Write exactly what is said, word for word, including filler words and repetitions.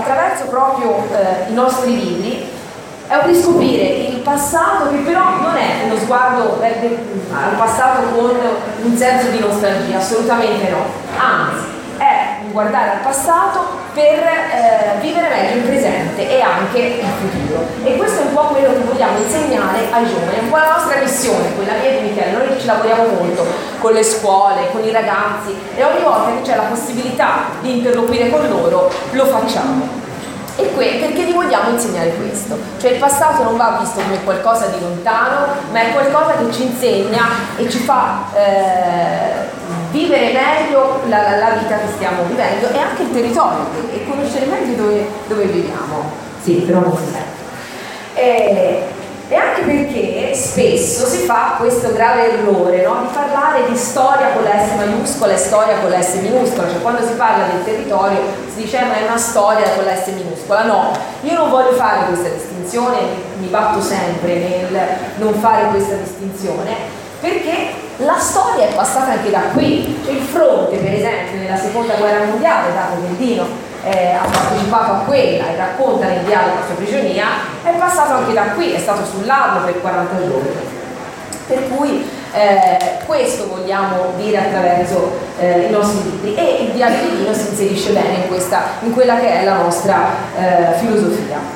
attraverso proprio eh, i nostri libri, è un riscoprire il passato, che però non è uno sguardo al passato con un senso di nostalgia, assolutamente no, anzi è un guardare al passato per eh, vivere meglio il presente e anche il futuro. E questo è un po' quello che vogliamo insegnare ai giovani, è un po' la nostra missione, quella mia di Michele. Noi ci lavoriamo molto con le scuole, con i ragazzi, e ogni volta che c'è la possibilità di interloquire con loro lo facciamo. E que- perché gli vogliamo insegnare questo? Cioè il passato non va visto come qualcosa di lontano, ma è qualcosa che ci insegna e ci fa eh, vivere meglio la, la, la vita che stiamo vivendo e anche il territorio, e, e conoscere meglio dove, dove viviamo. Sì, però non si sente. E, e anche perché spesso si fa questo grave errore, no? Di parlare di storia con la S maiuscola e storia con la S minuscola, cioè quando si parla del territorio si dice ma è una storia con la S minuscola. No, io non voglio fare questa distinzione, mi batto sempre nel non fare questa distinzione, perché la storia è passata anche da qui. Cioè il fronte, per esempio, nella seconda guerra mondiale, dato che Dino Eh, ha partecipato a quella e racconta nel dialogo la sua prigionia, è passato anche da qui, è stato sull'Arno per quaranta giorni. Per cui eh, questo vogliamo dire attraverso eh, i nostri libri, e il diario di Dino si inserisce bene in, questa, in quella che è la nostra eh, filosofia.